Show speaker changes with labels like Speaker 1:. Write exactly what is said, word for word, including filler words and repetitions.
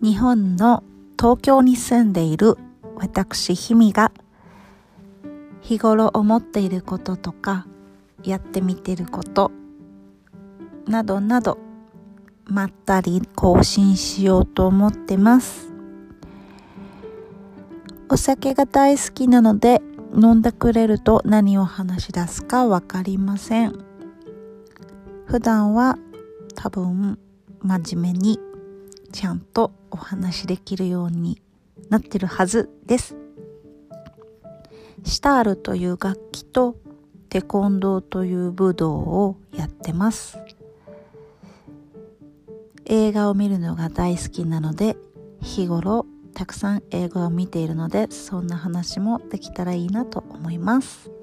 Speaker 1: 日本の東京に住んでいる私ひみが日頃思っていることとかやってみていることなどなどまったり更新しようと思ってます。お酒が大好きなので飲んでくれると何を話し出すかわかりません。普段は多分真面目にちゃんとお話できるようになってるはずです。シタールという楽器とテコンドーという武道をやってます。映画を見るのが大好きなので日頃たくさん映画を見ているのでそんな話もできたらいいなと思います。